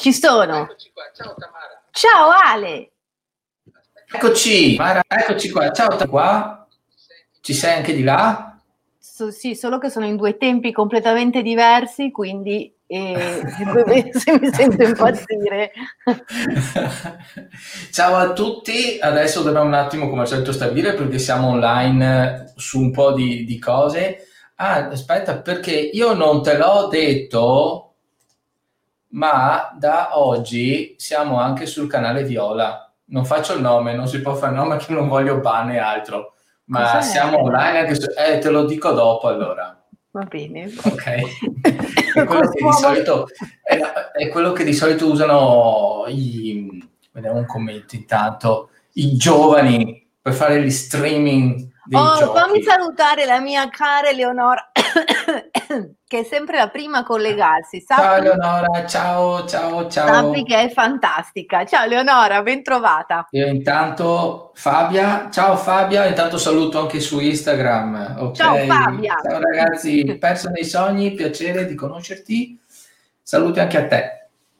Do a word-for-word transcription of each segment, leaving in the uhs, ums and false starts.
Ci sono. Eccoci qua, ciao Tamara. Ciao Ale. Eccoci, Mara, eccoci qua, ciao Tamara, qua. Ci sei anche di là? So, sì, solo che sono in due tempi completamente diversi, quindi eh, se mi sento impazzire. Ciao a tutti, adesso dobbiamo un attimo come al solito stabilire perché siamo online su un po' di, di cose. Ah, aspetta, perché io non te l'ho detto, ma da oggi siamo anche sul canale Viola. Non faccio il nome, non si può fare il nome che non voglio ban e altro, ma Cos'è? siamo online anche su... Eh, te lo dico dopo allora. Va bene. Ok. È quello che di solito, è, è quello che di solito usano i... Vediamo un commento intanto. I giovani per fare gli streaming dei oh, giochi. Fammi salutare la mia cara Eleonora, che è sempre la prima a collegarsi. Sappi, ciao Eleonora, ciao, ciao, ciao. Sappi che è fantastica. Ciao Eleonora, ben trovata. Io intanto Fabia, ciao Fabia, intanto saluto anche su Instagram. Okay. Ciao Fabia. Ciao ragazzi, perso nei sogni, piacere di conoscerti. Saluti anche a te.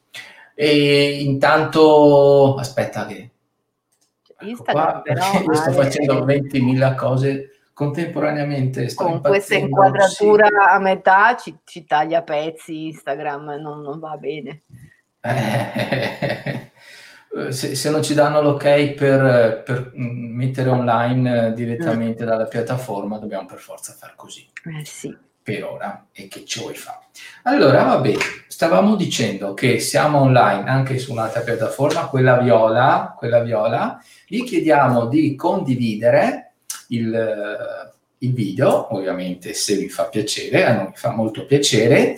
E intanto aspetta che Instagram, ecco qua, però, io sto Ale, facendo ventimila cose contemporaneamente, sto con questa inquadratura sì. A metà ci, ci taglia pezzi Instagram, non, non va bene. Eh, se, se non ci danno l'ok per, per mettere online direttamente mm. dalla piattaforma, dobbiamo per forza far così. Eh sì. Per ora, e che ci vuoi fare? Allora, vabbè, stavamo dicendo che siamo online anche su un'altra piattaforma, quella viola, quella viola. Vi chiediamo di condividere il, il video, ovviamente se vi fa piacere, a noi fa molto piacere,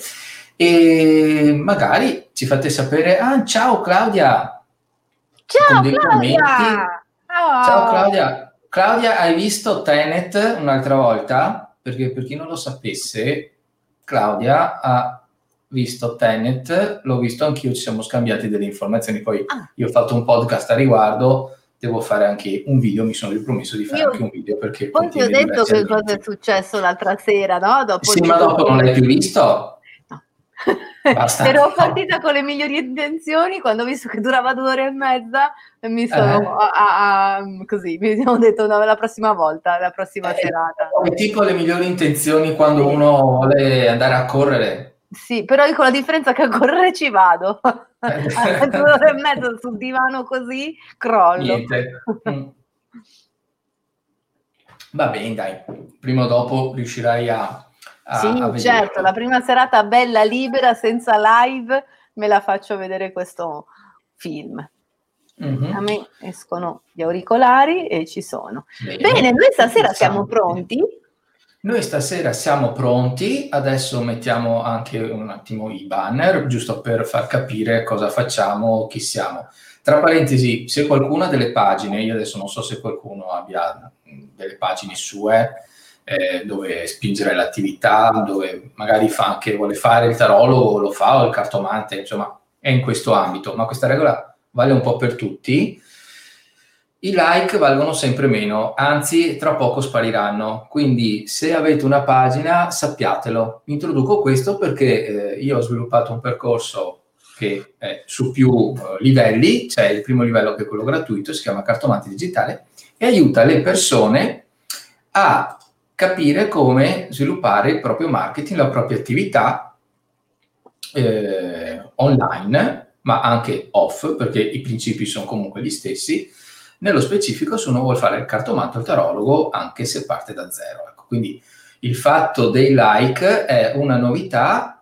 e magari ci fate sapere, ah, ciao Claudia! Ciao Claudia! Oh. Ciao Claudia! Claudia, hai visto Tenet un'altra volta? Perché per chi non lo sapesse, Claudia ha visto Tenet, l'ho visto anch'io, ci siamo scambiati delle informazioni, poi ah. io ho fatto un podcast a riguardo, devo fare anche un video, mi sono ripromesso di fare io, anche un video perché poi ti ho detto che cosa è successo l'altra sera, no? Dopo sì, ma dopo non l'hai più visto? No. Ero partita con le migliori intenzioni, quando ho visto che durava due ore e mezza mi sono eh. a, a, a, così, mi siamo detto no, la prossima volta, la prossima eh, serata. Tipo le migliori intenzioni quando sì. uno vuole andare a correre. Sì, però con la differenza che a correre ci vado. A due ore e mezza sul divano così, crollo. Niente. Mm. Va bene, dai. Prima o dopo riuscirai a... a sì, a certo, la prima serata bella, libera, senza live, me la faccio vedere questo film. Mm-hmm. A me escono gli auricolari e ci sono. Bene, Bene noi stasera siamo pronti. Noi stasera siamo pronti, adesso mettiamo anche un attimo i banner, giusto per far capire cosa facciamo, chi siamo. Tra parentesi, se qualcuna delle pagine, io adesso non so se qualcuno abbia delle pagine sue, eh, dove spingere l'attività, dove magari fa anche, vuole fare il tarologo, lo fa, o il cartomante, insomma, è in questo ambito, ma questa regola vale un po' per tutti. I like valgono sempre meno, anzi tra poco spariranno, quindi se avete una pagina sappiatelo. Introduco questo perché eh, io ho sviluppato un percorso che è su più uh, livelli, c'è il primo livello che è quello gratuito, si chiama Cartomante Digitale, e aiuta le persone a capire come sviluppare il proprio marketing, la propria attività eh, online, ma anche off, perché i principi sono comunque gli stessi. Nello specifico, se uno vuole fare il cartomante o il tarologo, anche se parte da zero. Ecco, quindi il fatto dei like è una novità,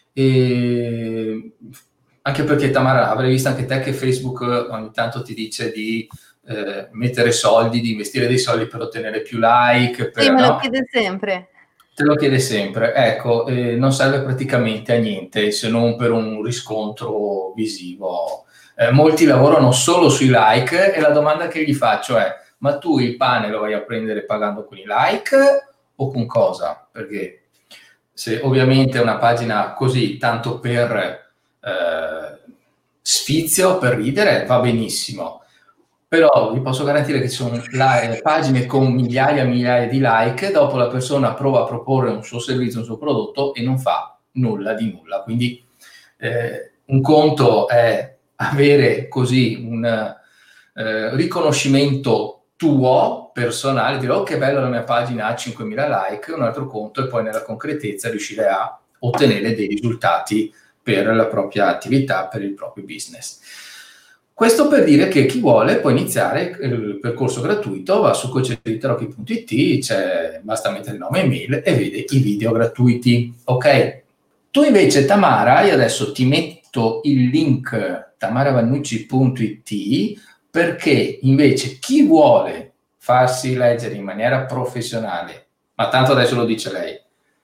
e anche perché, Tamara, avrei visto anche te che Facebook ogni tanto ti dice di eh, mettere soldi, di investire dei soldi per ottenere più like. Per, sì, me lo no? chiede sempre. Te lo chiede sempre. Ecco, eh, non serve praticamente a niente se non per un riscontro visivo. Eh, molti lavorano solo sui like e la domanda che gli faccio è: ma tu il pane lo vai a prendere pagando con i like o con cosa? Perché se ovviamente è una pagina così tanto per eh, sfizio, per ridere, va benissimo, però vi posso garantire che ci sono la, pagine con migliaia e migliaia di like, dopo la persona prova a proporre un suo servizio, un suo prodotto e non fa nulla di nulla, quindi eh, un conto è avere così un eh, riconoscimento tuo personale, dire oh che bello la mia pagina ha cinquemila like, un altro conto è poi nella concretezza riuscire a ottenere dei risultati per la propria attività, per il proprio business. Questo per dire che chi vuole può iniziare il percorso gratuito, va su coach di tarocchi punto it, c'è, basta mettere il nome e email e vede i video gratuiti. Ok? Tu invece, Tamara, io adesso ti metto il link tamara vannucci punto it perché invece chi vuole farsi leggere in maniera professionale, ma tanto adesso lo dice lei,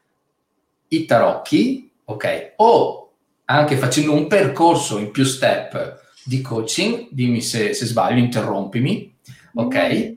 i tarocchi, ok? O anche facendo un percorso in più step di coaching, dimmi se, se sbaglio, interrompimi, ok?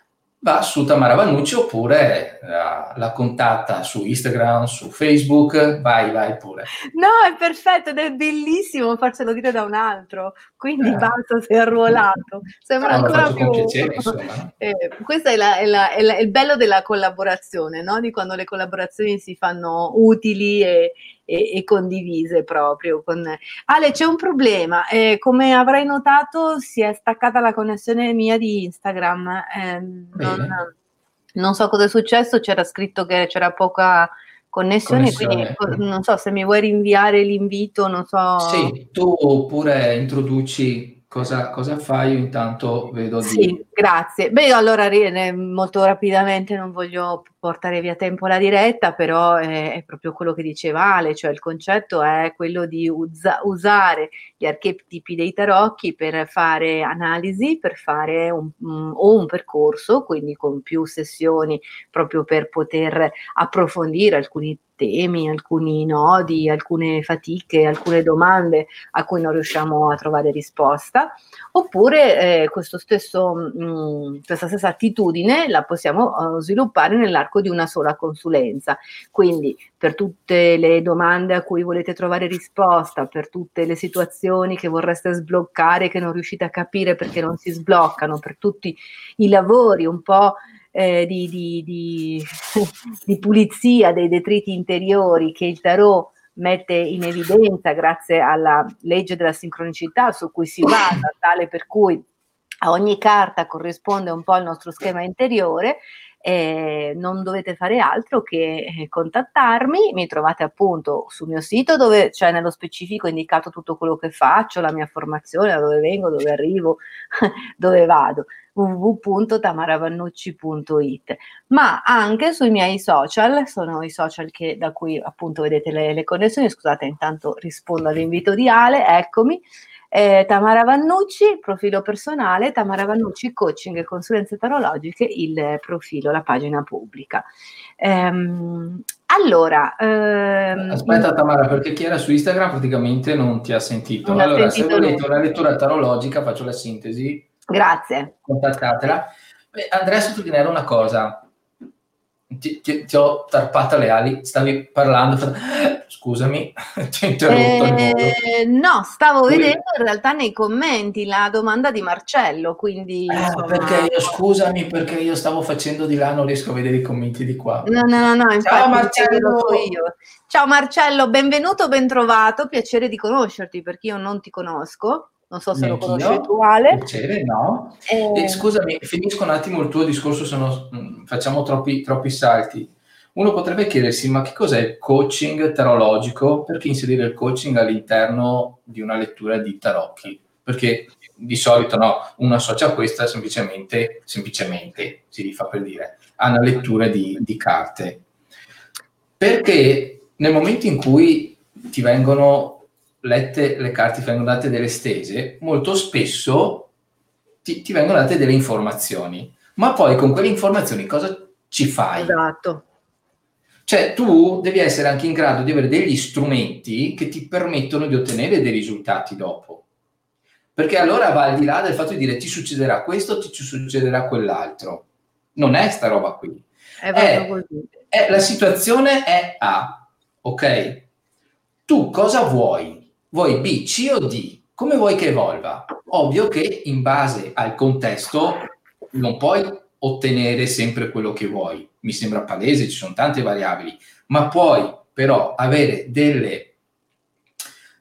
Va su Tamara Vannucci oppure la, la contatta su Instagram, su Facebook, vai, vai pure. No, è perfetto ed è bellissimo farselo dire da un altro, quindi eh. basta, sei arruolato. Sembra no, ancora lo faccio più... con piacere, insomma. eh, questo è, la, è, la, è, la, è il bello della collaborazione, no? Di quando le collaborazioni si fanno utili e, e, e condivise proprio. Con... Ale, c'è un problema, eh, come avrai notato si è staccata la connessione mia di Instagram, eh, non, non so cosa è successo, c'era scritto che c'era poca connessione, connessione, quindi non so se mi vuoi rinviare l'invito, non so. Sì, tu pure introduci cosa, cosa fai, io intanto vedo sì, di... grazie. Beh, allora molto rapidamente, non voglio portare via tempo la diretta, però è, è proprio quello che diceva Ale, cioè il concetto è quello di usa, usare gli archetipi dei tarocchi per fare analisi, per fare un, un, o un percorso, quindi con più sessioni, proprio per poter approfondire alcuni temi, alcuni nodi, alcune fatiche, alcune domande a cui non riusciamo a trovare risposta, oppure eh, questo stesso, mh, questa stessa attitudine la possiamo uh, sviluppare nell'arco di una sola consulenza. Quindi per tutte le domande a cui volete trovare risposta, per tutte le situazioni che vorreste sbloccare che non riuscite a capire perché non si sbloccano, per tutti i lavori un po' Eh, di, di, di, di pulizia dei detriti interiori che il tarot mette in evidenza grazie alla legge della sincronicità su cui si basa, tale per cui a ogni carta corrisponde un po' il nostro schema interiore. Eh, non dovete fare altro che eh, contattarmi, mi trovate appunto sul mio sito dove c'è nello specifico indicato tutto quello che faccio, la mia formazione, da dove vengo, dove arrivo, dove vado, w w w punto tamara vannucci punto it, ma anche sui miei social, sono i social che, da cui appunto vedete le, le connessioni. Scusate, intanto rispondo all'invito di Ale, eccomi. Eh, Tamara Vannucci, profilo personale, Tamara Vannucci coaching e consulenze tarologiche, il profilo, la pagina pubblica. Ehm, allora ehm, aspetta Tamara, perché chi era su Instagram praticamente non ti ha sentito. Non allora sentito se volete nulla. una lettura tarologica, faccio la sintesi, grazie, contattatela. Beh, andrei a sottolineare una cosa. Ti, ti, ti ho tarpata le ali, stavi parlando, scusami, ti ho interrotto eh, no, stavo Poi... vedendo in realtà nei commenti la domanda di Marcello, quindi eh, insomma... perché io, scusami, perché io stavo facendo di là, non riesco a vedere i commenti di qua. No, no, no, no, infatti, ciao Marcello! So io. Ciao Marcello, benvenuto, ben trovato, piacere di conoscerti perché io non ti conosco. Non so se Neanch'io. Lo conosci tu, Ale. Piacere, no. Eh... E, scusami, finisco un attimo il tuo discorso, se no facciamo troppi, troppi salti. Uno potrebbe chiedersi, ma che cos'è il coaching tarologico? Perché inserire il coaching all'interno di una lettura di tarocchi? Perché di solito no, uno associa questa semplicemente, semplicemente, si rifà per dire, a una lettura di, di carte. Perché nel momento in cui ti vengono lette le carte, ti vengono date delle stese, molto spesso ti, ti vengono date delle informazioni, ma poi con quelle informazioni cosa ci fai? Esatto. Cioè tu devi essere anche in grado di avere degli strumenti che ti permettono di ottenere dei risultati dopo, perché allora va al di là del fatto di dire ti succederà questo, ti succederà quell'altro. Non è sta roba qui. È, è, è la situazione è A, ok? Tu cosa vuoi? Vuoi B, C o D? Come vuoi che evolva? Ovvio che in base al contesto non puoi ottenere sempre quello che vuoi. Mi sembra palese, ci sono tante variabili, ma puoi però avere delle,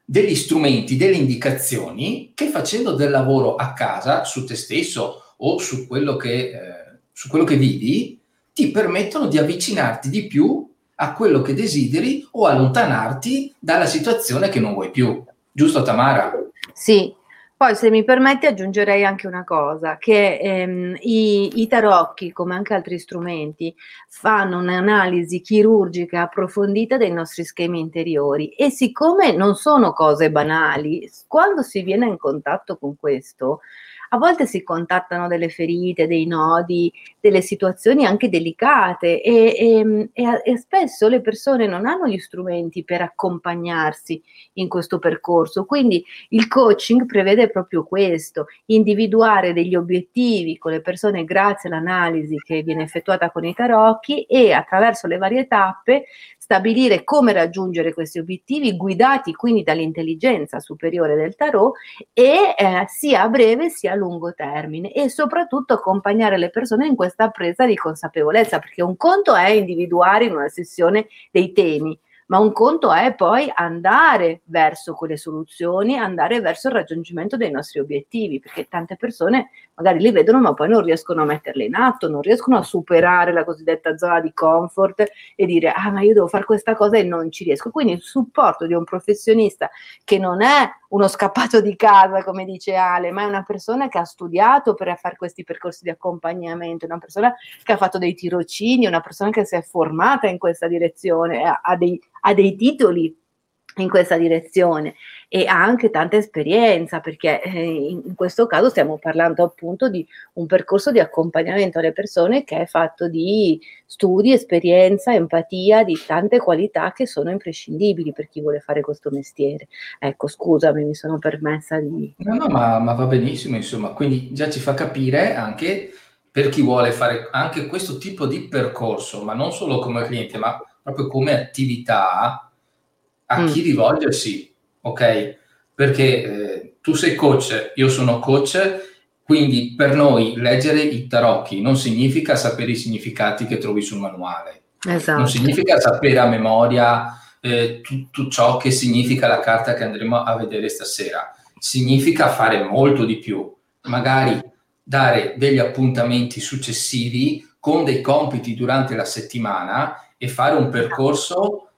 degli strumenti, delle indicazioni che facendo del lavoro a casa su te stesso o su quello che, eh, su quello che vivi ti permettono di avvicinarti di più a quello che desideri o allontanarti dalla situazione che non vuoi più. Giusto, Tamara? Sì. Poi, se mi permetti, aggiungerei anche una cosa, che ehm, i, i tarocchi, come anche altri strumenti, fanno un'analisi chirurgica approfondita dei nostri schemi interiori e siccome non sono cose banali, quando si viene in contatto con questo, a volte si contattano delle ferite, dei nodi, delle situazioni anche delicate e, e, e, e spesso le persone non hanno gli strumenti per accompagnarsi in questo percorso. Quindi il coaching prevede proprio questo, individuare degli obiettivi con le persone grazie all'analisi che viene effettuata con i tarocchi e attraverso le varie tappe stabilire come raggiungere questi obiettivi, guidati quindi dall'intelligenza superiore del tarot e eh, sia a breve sia a lungo termine e soprattutto accompagnare le persone in questa presa di consapevolezza, perché un conto è individuare in una sessione dei temi, ma un conto è poi andare verso quelle soluzioni, andare verso il raggiungimento dei nostri obiettivi, perché tante persone magari li vedono ma poi non riescono a metterle in atto, non riescono a superare la cosiddetta zona di comfort e dire ah ma io devo fare questa cosa e non ci riesco. Quindi il supporto di un professionista che non è uno scappato di casa, come dice Ale, ma è una persona che ha studiato per fare questi percorsi di accompagnamento, una persona che ha fatto dei tirocini, una persona che si è formata in questa direzione, ha, ha dei ha dei titoli in questa direzione e ha anche tanta esperienza, perché eh, in questo caso stiamo parlando appunto di un percorso di accompagnamento alle persone che è fatto di studi, esperienza, empatia, di tante qualità che sono imprescindibili per chi vuole fare questo mestiere. Ecco, scusami, mi sono permessa di... No, no, ma, ma va benissimo, insomma, quindi già ci fa capire anche per chi vuole fare anche questo tipo di percorso, ma non solo come cliente, ma proprio come attività, a mm. chi rivolgersi, ok? Perché eh, tu sei coach, io sono coach, quindi per noi leggere i tarocchi non significa sapere i significati che trovi sul manuale, esatto. Non significa sapere a memoria eh, tutto ciò che significa la carta che andremo a vedere stasera, significa fare molto di più, magari dare degli appuntamenti successivi con dei compiti durante la settimana e fare un percorso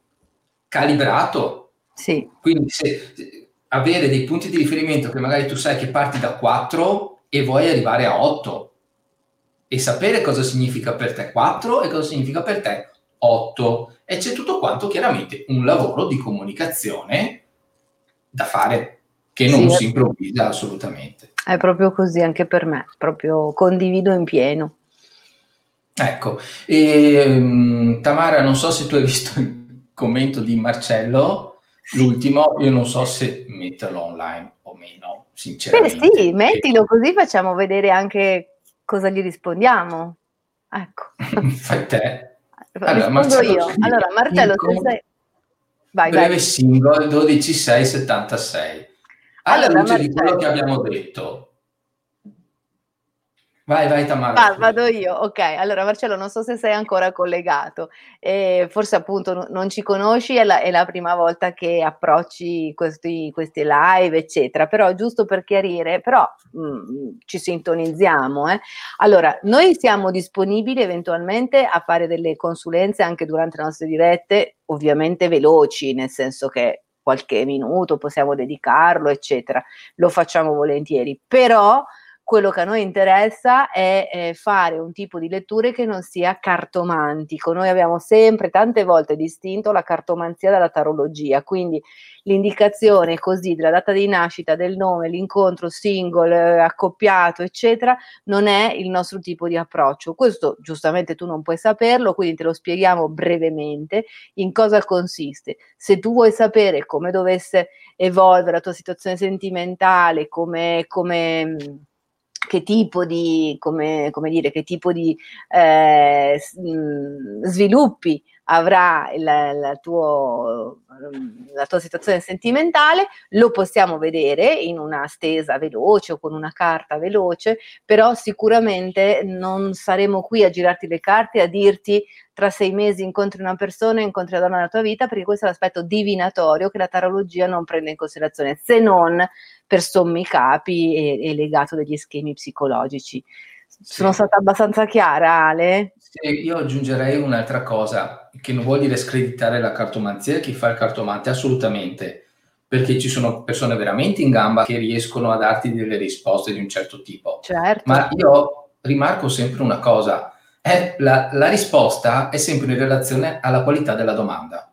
calibrato. Sì. Quindi se, avere dei punti di riferimento che magari tu sai che parti da quattro e vuoi arrivare a otto e sapere cosa significa per te quattro e cosa significa per te otto, e c'è tutto quanto chiaramente un lavoro di comunicazione da fare che non sì, si improvvisa assolutamente. È proprio così anche per me, proprio condivido in pieno. Ecco, e, um, Tamara, non so se tu hai visto il commento di Marcello, l'ultimo, io non so se metterlo online o meno, sinceramente. Beh sì, mettilo così facciamo vedere anche cosa gli rispondiamo. Ecco. Fai te. Allora, Marcello io. Scrive, allora, Marcello, se sei... Vai, breve vai. Single dodici sei settantasei. Alla allora, luce Marcello, di quello che abbiamo detto. Vai, vai Tamara. Ah, vado io, ok. Allora Marcello, non so se sei ancora collegato, eh, forse appunto n- non ci conosci, è la, è la prima volta che approcci questi, questi live, eccetera, però giusto per chiarire, però mh, ci sintonizziamo. Eh. Allora, noi siamo disponibili eventualmente a fare delle consulenze anche durante le nostre dirette, ovviamente veloci, nel senso che qualche minuto possiamo dedicarlo, eccetera, lo facciamo volentieri, però... Quello che a noi interessa è eh, fare un tipo di letture che non sia cartomantico. Noi abbiamo sempre, tante volte, distinto la cartomanzia dalla tarologia, quindi l'indicazione così della data di nascita, del nome, l'incontro single, eh, accoppiato, eccetera, non è il nostro tipo di approccio. Questo giustamente tu non puoi saperlo, quindi te lo spieghiamo brevemente in cosa consiste. Se tu vuoi sapere come dovesse evolvere la tua situazione sentimentale, come... come che tipo di, come, come dire, che tipo di eh, sviluppi avrà il, il tuo la tua situazione sentimentale, lo possiamo vedere in una stesa veloce o con una carta veloce, però sicuramente non saremo qui a girarti le carte e a dirti tra sei mesi incontri una persona, incontri la donna della tua vita, perché questo è l'aspetto divinatorio che la tarologia non prende in considerazione, se non per sommi capi e, e legato degli schemi psicologici. Sì. Sono stata abbastanza chiara, Ale? Sì, io aggiungerei un'altra cosa, che non vuol dire screditare la cartomanzia e chi fa il cartomante, assolutamente, perché ci sono persone veramente in gamba che riescono a darti delle risposte di un certo tipo. Certo. Ma io rimarco sempre una cosa, è la, la risposta è sempre in relazione alla qualità della domanda.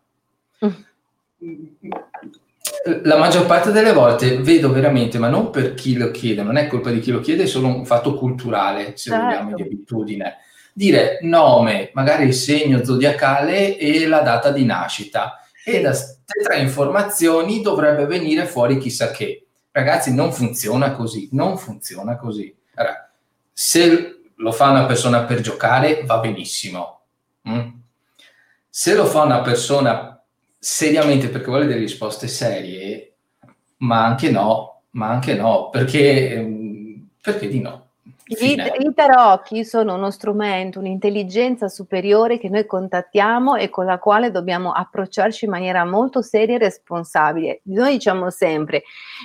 Mm. La maggior parte delle volte vedo veramente, ma non per chi lo chiede, non è colpa di chi lo chiede, è solo un fatto culturale, se certo. vogliamo, di abitudine. Dire nome, magari il segno zodiacale e la data di nascita. Sì. E da queste tre informazioni dovrebbe venire fuori chissà che. Ragazzi, non funziona così, non funziona così. Allora, se lo fa una persona per giocare, va benissimo. Mm? Se lo fa una persona seriamente perché vuole delle risposte serie, ma anche no, ma anche no, perché, perché di no? I, I tarocchi sono uno strumento, un'intelligenza superiore che noi contattiamo e con la quale dobbiamo approcciarci in maniera molto seria e responsabile. Noi diciamo sempre,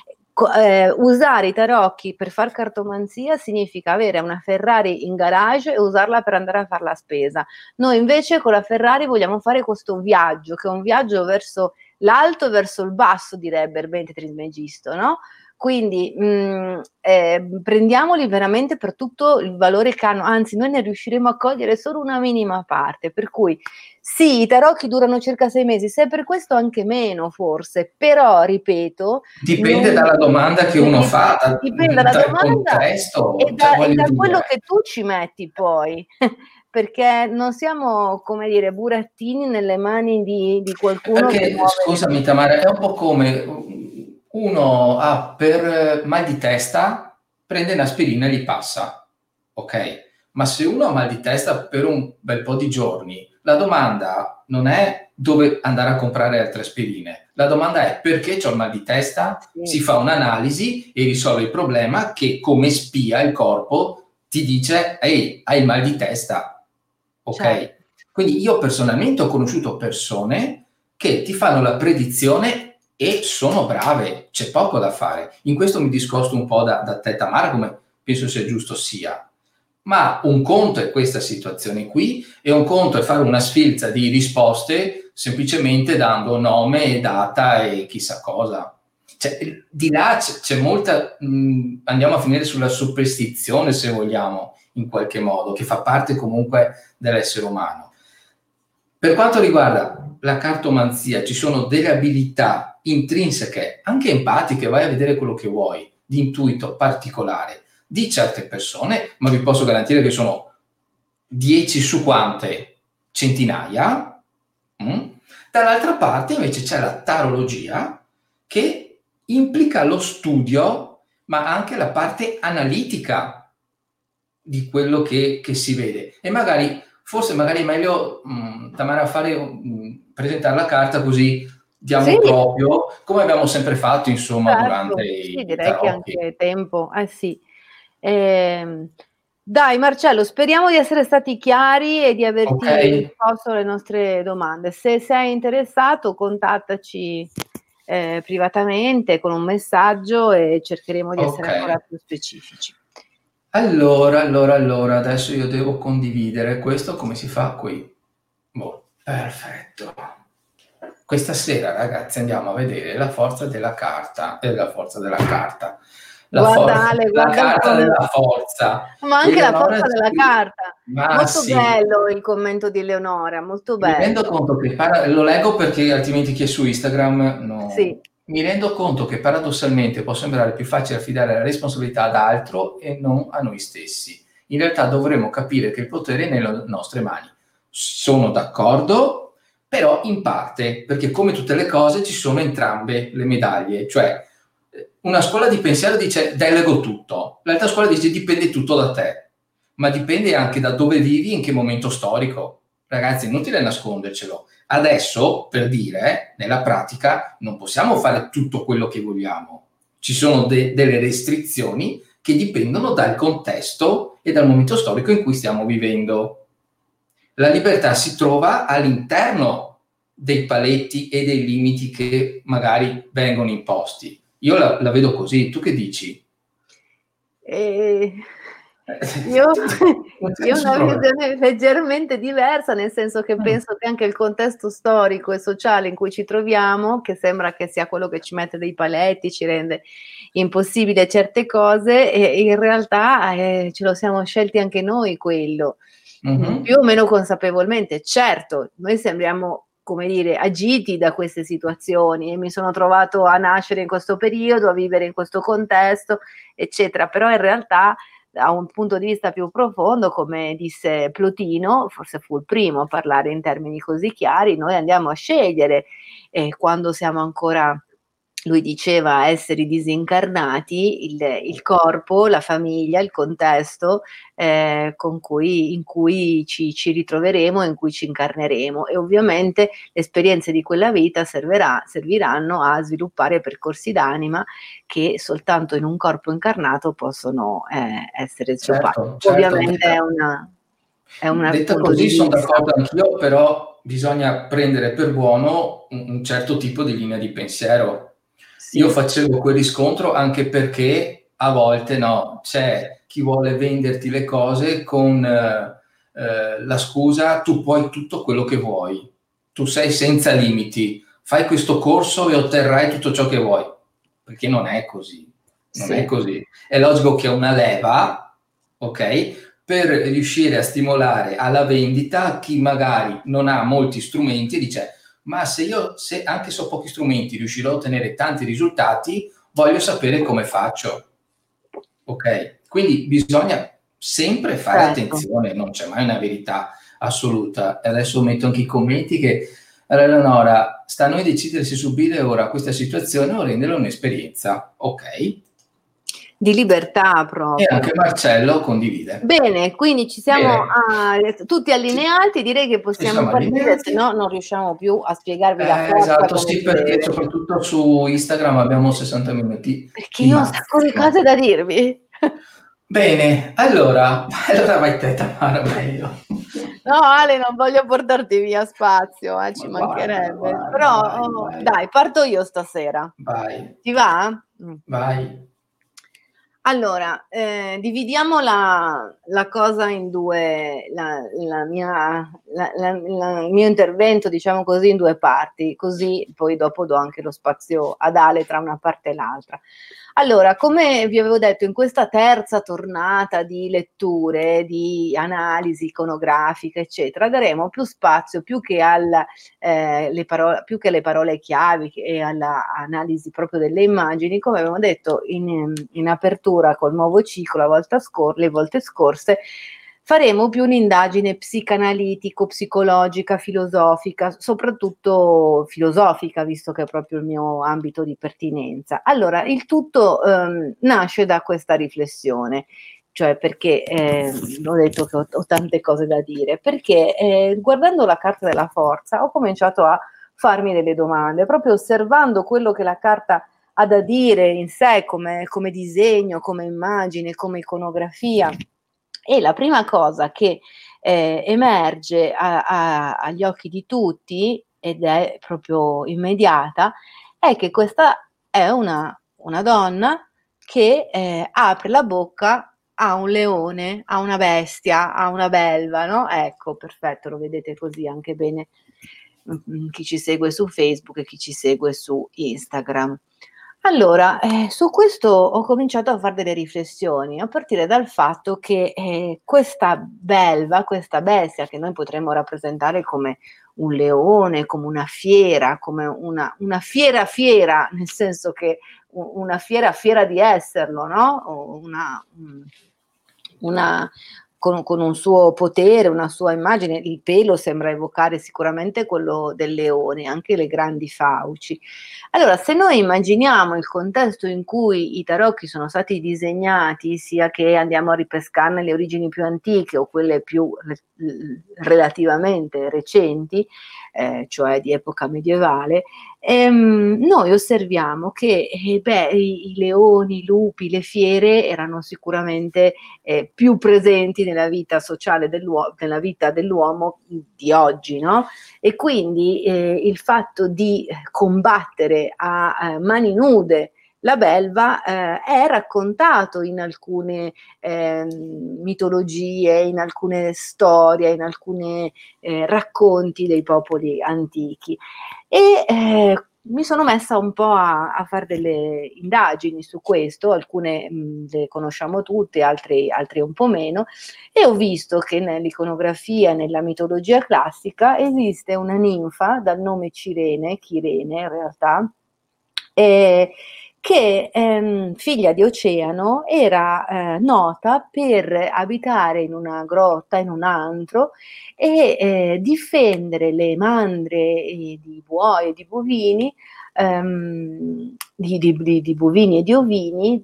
eh, usare i tarocchi per far cartomanzia significa avere una Ferrari in garage e usarla per andare a fare la spesa. Noi invece con la Ferrari vogliamo fare questo viaggio, che è un viaggio verso l'alto e verso il basso, direbbe Erbente Trismegisto, no? Quindi mh, eh, prendiamoli veramente per tutto il valore che hanno, anzi noi ne riusciremo a cogliere solo una minima parte, per cui sì, i tarocchi durano circa sei mesi, se per questo anche meno forse, però ripeto... Dipende non, dalla domanda che uno dipende, fa, da, dipende dalla dal domanda contesto, e da, cioè, e da dire. quello che tu ci metti poi, perché non siamo, come dire, burattini nelle mani di, di qualcuno perché, che muove... scusami Tamara, è un po' come... Uno ha per mal di testa, prende un'aspirina e gli passa, ok? Ma se uno ha mal di testa per un bel po' di giorni, la domanda non è dove andare a comprare altre aspirine. La domanda è perché c'ho il mal di testa? Sì. Si fa un'analisi e risolve il problema che come spia il corpo ti dice ehi, hai il mal di testa, ok? Certo. Quindi io personalmente ho conosciuto persone che ti fanno la predizione e sono brave, c'è poco da fare. In questo mi discosto un po' da, da te Tamara, come penso sia giusto sia. Ma un conto è questa situazione qui e un conto è fare una sfilza di risposte semplicemente dando nome e data e chissà cosa. Cioè, di là c'è, c'è molta, mh, andiamo a finire sulla superstizione se vogliamo, in qualche modo, che fa parte comunque dell'essere umano. Per quanto riguarda la cartomanzia, ci sono delle abilità intrinseche, anche empatiche, vai a vedere quello che vuoi, di intuito particolare di certe persone, ma vi posso garantire che sono dieci su quante centinaia. Mm? Dall'altra parte invece c'è la tarologia, che implica lo studio, ma anche la parte analitica di quello che, che si vede. E magari, forse magari è meglio, mh, Tamara, fare, mh, presentare la carta così diamo sì. proprio, come abbiamo sempre fatto, insomma, certo. durante sì, i direi tarocchi. Che anche tempo, eh sì. Eh, dai Marcello, speriamo di essere stati chiari e di averti okay. risposto alle nostre domande. Se sei interessato, contattaci eh, privatamente con un messaggio e cercheremo di okay. essere ancora più specifici. Allora, allora, allora, adesso io devo condividere questo, come si fa qui? Boh, perfetto. Questa sera, ragazzi, andiamo a vedere la forza della carta e eh, la forza della carta. La, guarda, forza, Ale, la guarda carta della forza. Ma anche Eleonora la forza della sì. carta. Ma molto sì. bello il commento di Eleonora, molto bello. Mi rendo conto che, para- lo leggo perché altrimenti chi è su Instagram no. Sì. Mi rendo conto che paradossalmente può sembrare più facile affidare la responsabilità ad altro e non a noi stessi. In realtà dovremmo capire che il potere è nelle nostre mani. Sono d'accordo, però in parte, perché come tutte le cose ci sono entrambe le medaglie. Cioè, una scuola di pensiero dice delego tutto, l'altra scuola dice dipende tutto da te, ma dipende anche da dove vivi, in che momento storico. Ragazzi, è inutile nascondercelo. Adesso, per dire, nella pratica non possiamo fare tutto quello che vogliamo. Ci sono de- delle restrizioni che dipendono dal contesto e dal momento storico in cui stiamo vivendo. La libertà si trova all'interno dei paletti e dei limiti che magari vengono imposti. Io la, la vedo così, tu che dici? Eh, io, io ho una visione leggermente diversa, nel senso che penso che anche il contesto storico e sociale in cui ci troviamo, che sembra che sia quello che ci mette dei paletti, ci rende impossibile certe cose, e in realtà eh, ce lo siamo scelti anche noi quello, mm-hmm. più o meno consapevolmente. Certo, noi sembriamo, come dire, agiti da queste situazioni, e mi sono trovato a nascere in questo periodo, a vivere in questo contesto, eccetera, però in realtà da un punto di vista più profondo, come disse Plotino, forse fu il primo a parlare in termini così chiari, noi andiamo a scegliere eh, quando siamo ancora, lui diceva, esseri disincarnati, il, il corpo, la famiglia, il contesto eh, con cui, in cui ci, ci ritroveremo, in cui ci incarneremo, e ovviamente le esperienze di quella vita servirà, serviranno a sviluppare percorsi d'anima che soltanto in un corpo incarnato possono eh, essere sviluppati. Certo, certo, ovviamente detta, è una... È una detta così sono d'accordo anch'io, però bisogna prendere per buono un, un certo tipo di linea di pensiero. Sì. Io facevo quel riscontro anche perché a volte no, c'è chi vuole venderti le cose con eh, eh, la scusa: tu puoi tutto quello che vuoi, tu sei senza limiti, fai questo corso e otterrai tutto ciò che vuoi, perché non è così, non sì. è così. È logico che è una leva, ok? Per riuscire a stimolare alla vendita chi magari non ha molti strumenti e dice: ma se io, se anche se ho pochi strumenti, riuscirò a ottenere tanti risultati, voglio sapere come faccio. Ok? Quindi bisogna sempre fare certo. attenzione, non c'è mai una verità assoluta. E adesso metto anche i commenti che, allora, Eleonora, sta a noi decidere se subire ora questa situazione o renderla un'esperienza. Ok? Di libertà proprio. E anche Marcello condivide. Bene, quindi ci siamo a, tutti allineati, direi che possiamo partire, allineati. Se no non riusciamo più a spiegarvi eh, la cosa. Esatto, sì, perché deve. Soprattutto su Instagram abbiamo sessanta minuti. Perché io ho un sacco di cose da dirvi. Bene, allora, allora vai te, Tamara, meglio. No, Ale, non voglio portarti via spazio, eh, ci guarda, mancherebbe. Guarda, Però, vai, oh, vai. Dai, parto io stasera. Vai. Ti va? Vai. Allora, eh, dividiamo la, la cosa in due, la, la mia, la, la, la, il mio intervento, diciamo così, in due parti, così poi dopo do anche lo spazio ad Ale tra una parte e l'altra. Allora, come vi avevo detto, in questa terza tornata di letture, di analisi iconografica, eccetera, daremo più spazio, più che, al, eh, le parole, più che alle parole chiavi e all'analisi proprio delle immagini, come abbiamo detto in, in apertura col nuovo ciclo la volta scor- le volte scorse, faremo più un'indagine psicanalitico, psicologica, filosofica, soprattutto filosofica, visto che è proprio il mio ambito di pertinenza. Allora, il tutto ehm, nasce da questa riflessione, cioè perché, eh, ho detto che ho, ho tante cose da dire, perché eh, guardando la carta della forza ho cominciato a farmi delle domande, proprio osservando quello che la carta ha da dire in sé come, come disegno, come immagine, come iconografia. E la prima cosa che eh, emerge a, a, agli occhi di tutti, ed è proprio immediata, è che questa è una, una donna che eh, apre la bocca a un leone, a una bestia, a una belva, no? Ecco, perfetto, lo vedete così anche bene mh, chi ci segue su Facebook e chi ci segue su Instagram. Allora, eh, su questo ho cominciato a fare delle riflessioni, a partire dal fatto che eh, questa belva, questa bestia che noi potremmo rappresentare come un leone, come una fiera, come una, una fiera fiera, nel senso che una fiera fiera di esserlo, no? Una, una, con, con un suo potere, una sua immagine. Il pelo sembra evocare sicuramente quello del leone, anche le grandi fauci. Allora, se noi immaginiamo il contesto in cui i tarocchi sono stati disegnati, sia che andiamo a ripescarne le origini più antiche o quelle più relativamente recenti, eh, cioè di epoca medievale, ehm, noi osserviamo che eh, beh, i, i leoni, i lupi, le fiere erano sicuramente eh, più presenti nella vita sociale dell'uomo, nella vita dell'uomo di oggi, no? E quindi eh, il fatto di combattere a, a mani nude la belva eh, è raccontato in alcune eh, mitologie, in alcune storie, in alcuni eh, racconti dei popoli antichi. E eh, mi sono messa un po' a, a fare delle indagini su questo, alcune mh, le conosciamo tutte, altre, altre un po' meno, e ho visto che nell'iconografia, nella mitologia classica, esiste una ninfa dal nome Cirene, Chirene in realtà, eh, che ehm, figlia di Oceano era eh, nota per abitare in una grotta, in un antro, e eh, difendere le mandre eh, di buoi e di bovini, ehm, di, di, di, di bovini e di ovini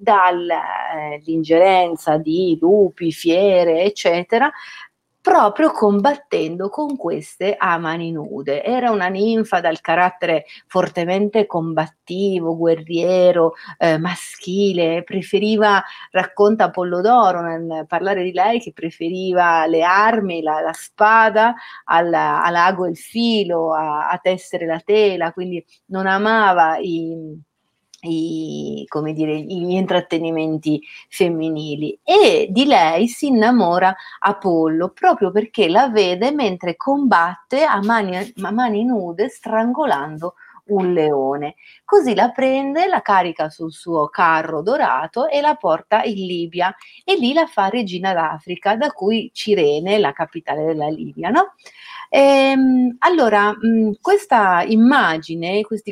dall'ingerenza eh, di lupi, fiere, eccetera, proprio combattendo con queste a mani nude. Era una ninfa dal carattere fortemente combattivo, guerriero, eh, maschile, preferiva, racconta Apollodoro nel parlare di lei, che preferiva le armi, la, la spada alla, all'ago e il filo, a, a tessere la tela, quindi non amava i I, come dire, gli intrattenimenti femminili, e di lei si innamora Apollo proprio perché la vede mentre combatte a mani, a mani nude strangolando un leone. Così la prende, la carica sul suo carro dorato e la porta in Libia, e lì la fa regina d'Africa, da cui Cirene, la capitale della Libia, no? Ehm, allora, mh, questa immagine, questa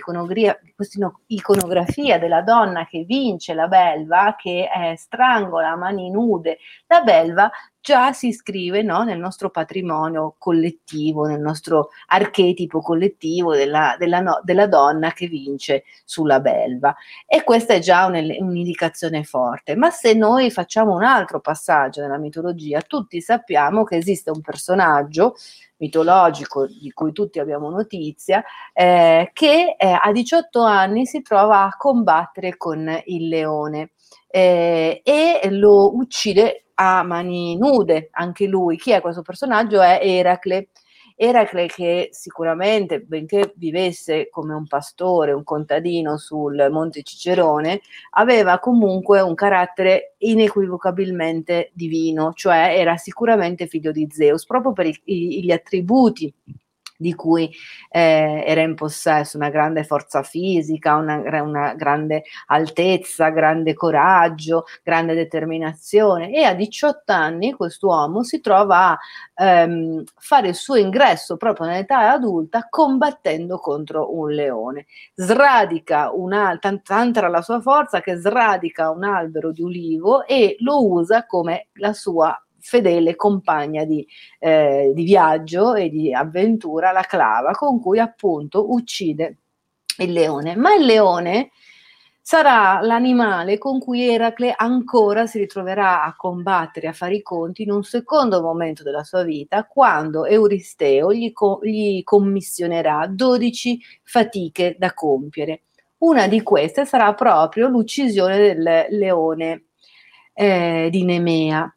iconografia della donna che vince la belva, che eh, strangola a mani nude la belva, già si iscrive, no, nel nostro patrimonio collettivo, nel nostro archetipo collettivo della, della, no, della donna che vince sulla belva. E questa è già un, un'indicazione forte. Ma se noi facciamo un altro passaggio nella mitologia, tutti sappiamo che esiste un personaggio mitologico di cui tutti abbiamo notizia, eh, che eh, a diciotto anni si trova a combattere con il leone eh, e lo uccide a mani nude, anche lui. Chi è questo personaggio? È Eracle. Eracle, che sicuramente, benché vivesse come un pastore, un contadino sul Monte Cicerone, aveva comunque un carattere inequivocabilmente divino, cioè era sicuramente figlio di Zeus, proprio per i, i, gli attributi di cui eh, era in possesso: una grande forza fisica, una, una grande altezza, grande coraggio, grande determinazione. E a diciotto anni quest'uomo si trova a ehm, fare il suo ingresso proprio nell'età adulta combattendo contro un leone. Sradica una, tanta era la sua forza che sradica un albero di ulivo e lo usa come la sua fedele compagna di, eh, di viaggio e di avventura, la clava, con cui appunto uccide il leone. Ma il leone sarà l'animale con cui Eracle ancora si ritroverà a combattere, a fare i conti in un secondo momento della sua vita, quando Euristeo gli, co- gli commissionerà dodici fatiche da compiere. Una di queste sarà proprio l'uccisione del leone eh, di Nemea.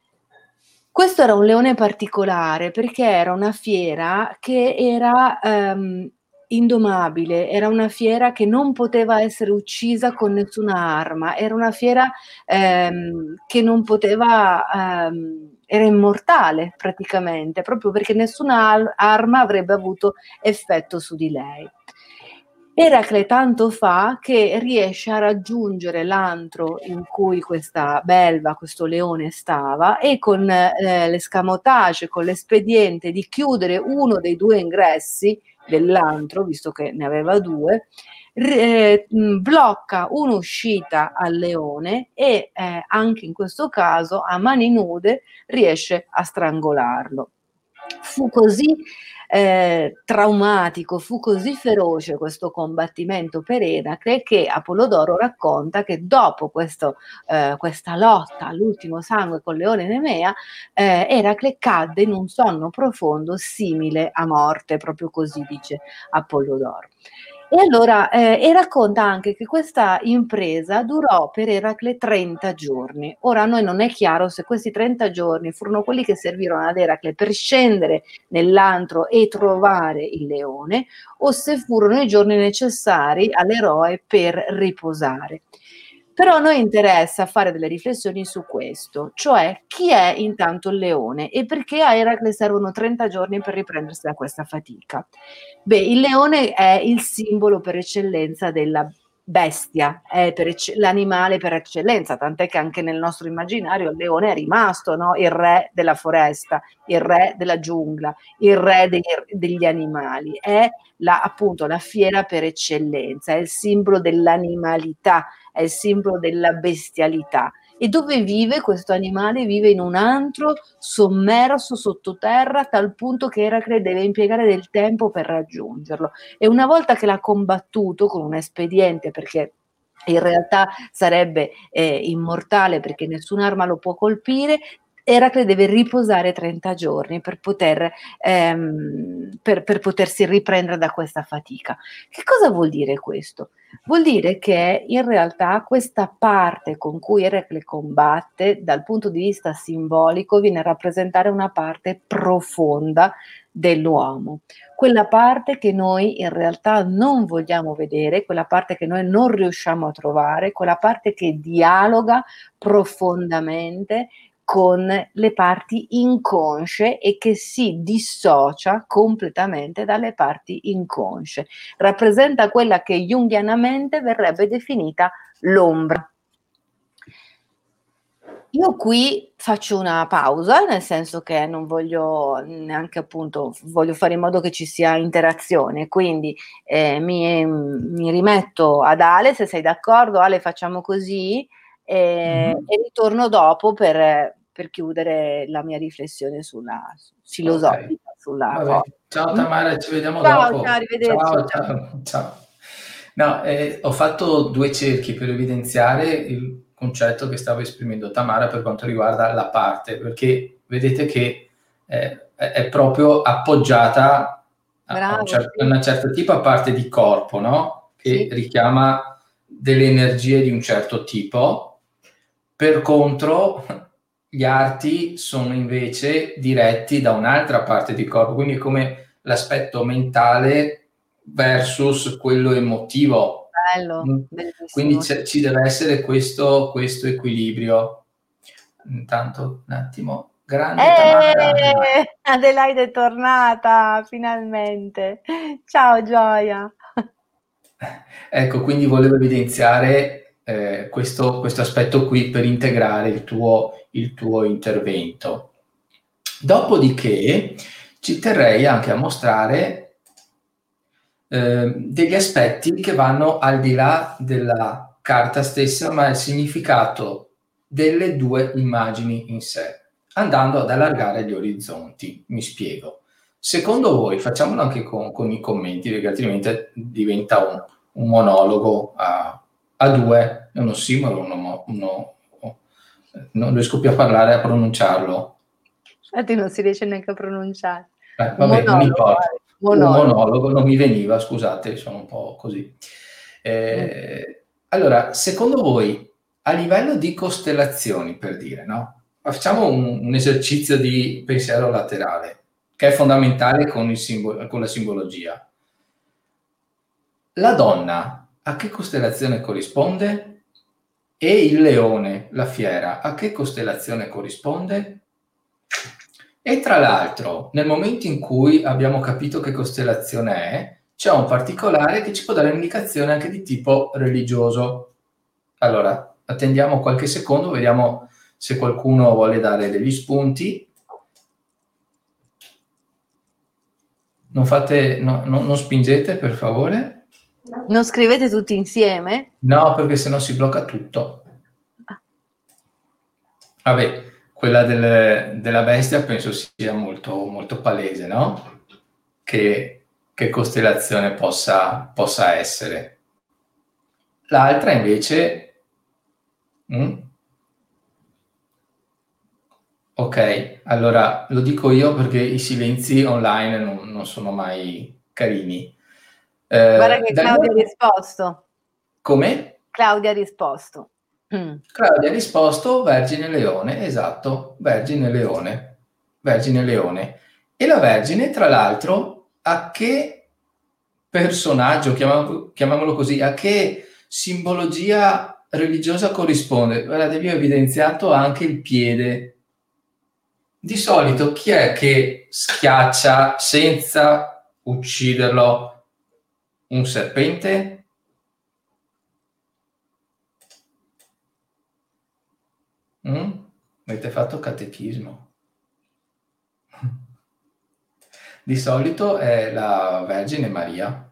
Questo era un leone particolare perché era una fiera che era um, indomabile, era una fiera che non poteva essere uccisa con nessuna arma, era una fiera um, che non poteva, um, era immortale praticamente, proprio perché nessuna arma avrebbe avuto effetto su di lei. Eracle tanto fa che riesce a raggiungere l'antro in cui questa belva, questo leone stava, e con eh, l'escamotage, con l'espediente di chiudere uno dei due ingressi dell'antro, visto che ne aveva due, eh, blocca un'uscita al leone e eh, anche in questo caso a mani nude riesce a strangolarlo. Fu così eh, traumatico, fu così feroce questo combattimento per Eracle che Apollodoro racconta che dopo questo, eh, questa lotta all'ultimo sangue con Leone e Nemea, eh, Eracle cadde in un sonno profondo simile a morte, proprio così dice Apollodoro. E allora eh, e racconta anche che questa impresa durò per Eracle trenta giorni. Ora a noi non è chiaro se questi trenta giorni furono quelli che servirono ad Eracle per scendere nell'antro e trovare il leone, o se furono i giorni necessari all'eroe per riposare. Però a noi interessa fare delle riflessioni su questo, cioè chi è intanto il leone e perché a Eracle servono trenta giorni per riprendersi da questa fatica. Beh, il leone è il simbolo per eccellenza della bestia, è per ecce- l'animale per eccellenza, tant'è che anche nel nostro immaginario il leone è rimasto, no? Il re della foresta, il re della giungla, il re dei, degli animali, è la, appunto la fiera per eccellenza, è il simbolo dell'animalità, è il simbolo della bestialità. E dove vive questo animale? Vive in un antro sommerso sottoterra, a tal punto che Eracle deve impiegare del tempo per raggiungerlo. E una volta che l'ha combattuto con un espediente, perché in realtà sarebbe eh, immortale perché nessun'arma lo può colpire, Eracle deve riposare trenta giorni per, poter, ehm, per, per potersi riprendere da questa fatica. Che cosa vuol dire questo? Vuol dire che in realtà questa parte con cui Eracle combatte, dal punto di vista simbolico, viene a rappresentare una parte profonda dell'uomo, quella parte che noi in realtà non vogliamo vedere, quella parte che noi non riusciamo a trovare, quella parte che dialoga profondamente con le parti inconsce e che si dissocia completamente dalle parti inconsce. Rappresenta quella che junghianamente verrebbe definita l'ombra. Io qui faccio una pausa, nel senso che non voglio neanche appunto, voglio fare in modo che ci sia interazione, quindi eh, mi, mi rimetto ad Ale, se sei d'accordo. Ale, facciamo così eh, mm-hmm. e ritorno dopo per, per chiudere la mia riflessione sulla filosofica. Okay. Sulla ciao Tamara, ci vediamo ciao, dopo. Ciao, arrivederci. Ciao, ciao, ciao. No, eh, ho fatto due cerchi per evidenziare il concetto che stavo esprimendo Tamara per quanto riguarda la parte, perché vedete che eh, è proprio appoggiata Bravo, a, un cer- sì. a una certa tipo a parte di corpo, no? Che sì. richiama delle energie di un certo tipo. Per contro, gli arti sono invece diretti da un'altra parte di corpo, quindi è come l'aspetto mentale versus quello emotivo. Bello, quindi ci deve essere questo, questo equilibrio. Intanto un attimo, grande eh, Tamara. Adelaide è tornata finalmente. Ciao Gioia. Ecco, quindi volevo evidenziare eh, questo, questo aspetto qui per integrare il tuo, il tuo intervento. Dopodiché ci terrei anche a mostrare eh, degli aspetti che vanno al di là della carta stessa, ma il significato delle due immagini in sé, andando ad allargare gli orizzonti. Mi spiego. Secondo voi, facciamolo anche con, con i commenti, perché altrimenti diventa un, un monologo a, a due, è un ossimoro, uno, uno, uno, non riesco più a parlare, a pronunciarlo. Infatti non si riesce neanche a pronunciare. Eh, vabbè, non importa. Monologo. Un monologo, non mi veniva, scusate, sono un po' così. Eh, mm. Allora, secondo voi, a livello di costellazioni, per dire, no? Facciamo un, un esercizio di pensiero laterale, che è fondamentale con, il simbolo, con la simbologia. La donna, a che costellazione corrisponde? E il leone, la fiera, a che costellazione corrisponde? E tra l'altro, nel momento in cui abbiamo capito che costellazione è, c'è un particolare che ci può dare un'indicazione anche di tipo religioso. Allora, attendiamo qualche secondo, vediamo se qualcuno vuole dare degli spunti. Non fate, no, no, non spingete, per favore. Non scrivete tutti insieme? No, perché sennò si blocca tutto. Vabbè, quella del, della bestia penso sia molto, molto palese, no? Che, che costellazione possa, possa essere. L'altra invece... Mm? Ok, allora lo dico io perché i silenzi online non, non sono mai carini. Eh, Guarda che Claudia ha risposto. Come? Claudia ha risposto. Mm. Claudia ha risposto Vergine Leone, esatto, Vergine Leone, Vergine Leone. E la Vergine, tra l'altro, a che personaggio, chiamiamolo, chiamiamolo così, a che simbologia religiosa corrisponde? Guardate, vi ho evidenziato anche il piede. Di solito chi è che schiaccia senza ucciderlo un serpente? Mm? Avete fatto catechismo. Di solito è la Vergine Maria.